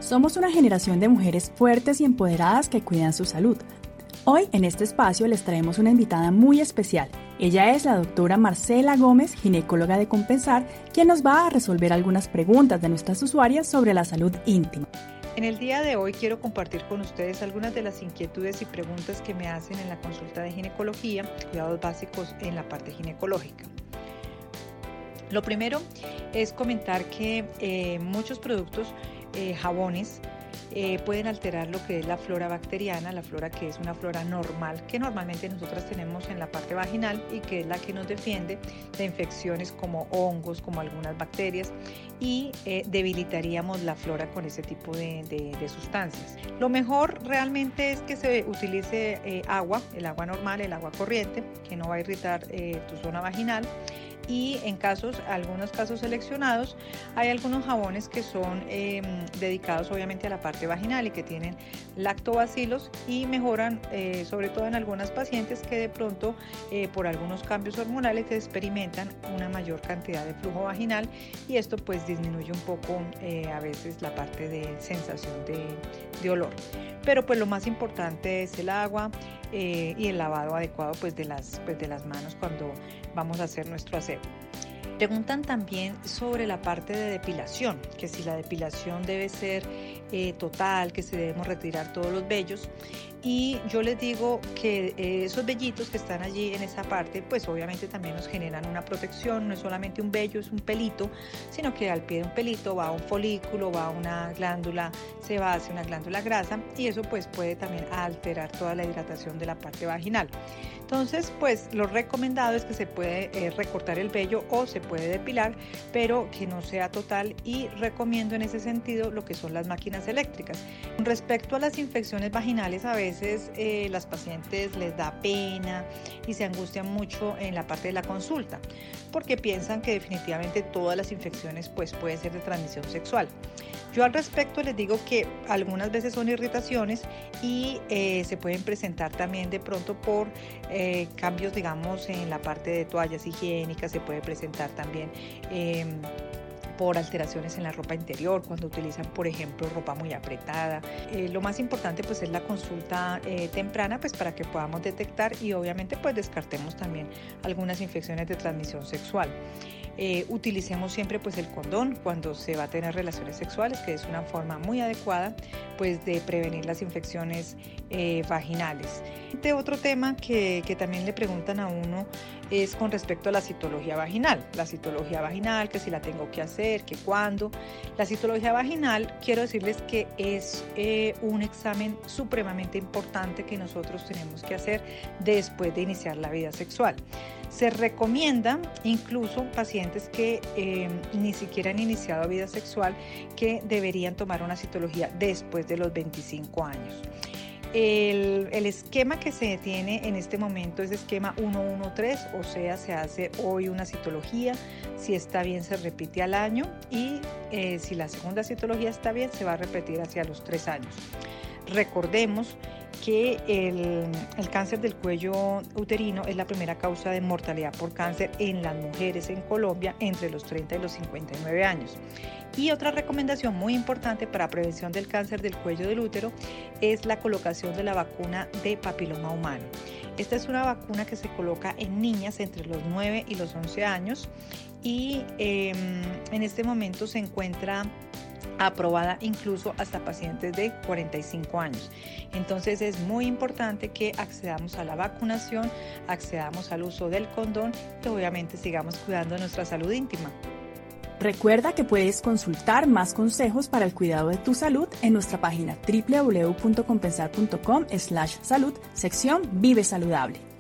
Somos una generación de mujeres fuertes y empoderadas que cuidan su salud. Hoy en este espacio les traemos una invitada muy especial. Ella es la doctora Marcela Gómez, ginecóloga de Compensar, quien nos va a resolver algunas preguntas de nuestras usuarias sobre la salud íntima. En el día de hoy quiero compartir con ustedes algunas de las inquietudes y preguntas que me hacen en la consulta de ginecología, cuidados básicos en la parte ginecológica. Lo primero es comentar que muchos productos, jabones, pueden alterar lo que es la flora bacteriana, la flora que es una flora normal que normalmente nosotras tenemos en la parte vaginal y que es la que nos defiende de infecciones como hongos, como algunas bacterias, y debilitaríamos la flora con ese tipo de sustancias. Lo mejor realmente es que se utilice agua, el agua normal, el agua corriente, que no va a irritar tu zona vaginal. Y en algunos casos seleccionados, hay algunos jabones que son dedicados obviamente a la parte vaginal y que tienen lactobacilos y mejoran, sobre todo en algunas pacientes que de pronto por algunos cambios hormonales experimentan una mayor cantidad de flujo vaginal, y esto pues disminuye un poco a veces la parte de sensación de olor. Pero pues lo más importante es el agua y el lavado adecuado pues de las manos cuando vamos a hacer nuestro aseo. Preguntan también sobre la parte de depilación, que si la depilación debe ser total, que si debemos retirar todos los vellos. Y yo les digo que esos vellitos que están allí en esa parte, pues obviamente también nos generan una protección. No es solamente un vello, es un pelito, sino que al pie de un pelito va un folículo, va una glándula sebácea, una glándula grasa, y eso pues puede también alterar toda la hidratación de la parte vaginal. Entonces, pues lo recomendado es que se puede recortar el vello o se puede depilar, pero que no sea total, y recomiendo en ese sentido lo que son las máquinas eléctricas. Con respecto a las infecciones vaginales, a veces las pacientes les da pena y se angustian mucho en la parte de la consulta, porque piensan que definitivamente todas las infecciones pues pueden ser de transmisión sexual. Yo al respecto les digo que algunas veces son irritaciones y se pueden presentar también de pronto por cambios, digamos, en la parte de toallas higiénicas. Se puede presentar también por alteraciones en la ropa interior, cuando utilizan, por ejemplo, ropa muy apretada. Lo más importante pues es la consulta temprana, pues para que podamos detectar y obviamente pues descartemos también algunas infecciones de transmisión sexual. Utilicemos siempre pues el condón cuando se va a tener relaciones sexuales, que es una forma muy adecuada pues de prevenir las infecciones vaginales. Otro tema que también le preguntan a uno es con respecto a la citología vaginal. La citología vaginal, que si la tengo que hacer, que cuándo. La citología vaginal, quiero decirles que es un examen supremamente importante que nosotros tenemos que hacer después de iniciar la vida sexual. Se recomienda incluso pacientes que ni siquiera han iniciado vida sexual, que deberían tomar una citología después de los 25 años. El esquema que se tiene en este momento es esquema 113, o sea, se hace hoy una citología, si está bien se repite al año, y si la segunda citología está bien se va a repetir hacia los 3 años. Recordemos que el cáncer del cuello uterino es la primera causa de mortalidad por cáncer en las mujeres en Colombia entre los 30 y los 59 años. Y otra recomendación muy importante para prevención del cáncer del cuello del útero es la colocación de la vacuna de papiloma humano. Esta es una vacuna que se coloca en niñas entre los 9 y los 11 años y en este momento se encuentra aprobada incluso hasta pacientes de 45 años. Entonces es muy importante que accedamos a la vacunación, accedamos al uso del condón y obviamente sigamos cuidando nuestra salud íntima. Recuerda que puedes consultar más consejos para el cuidado de tu salud en nuestra página www.compensar.com/salud, sección Vive Saludable.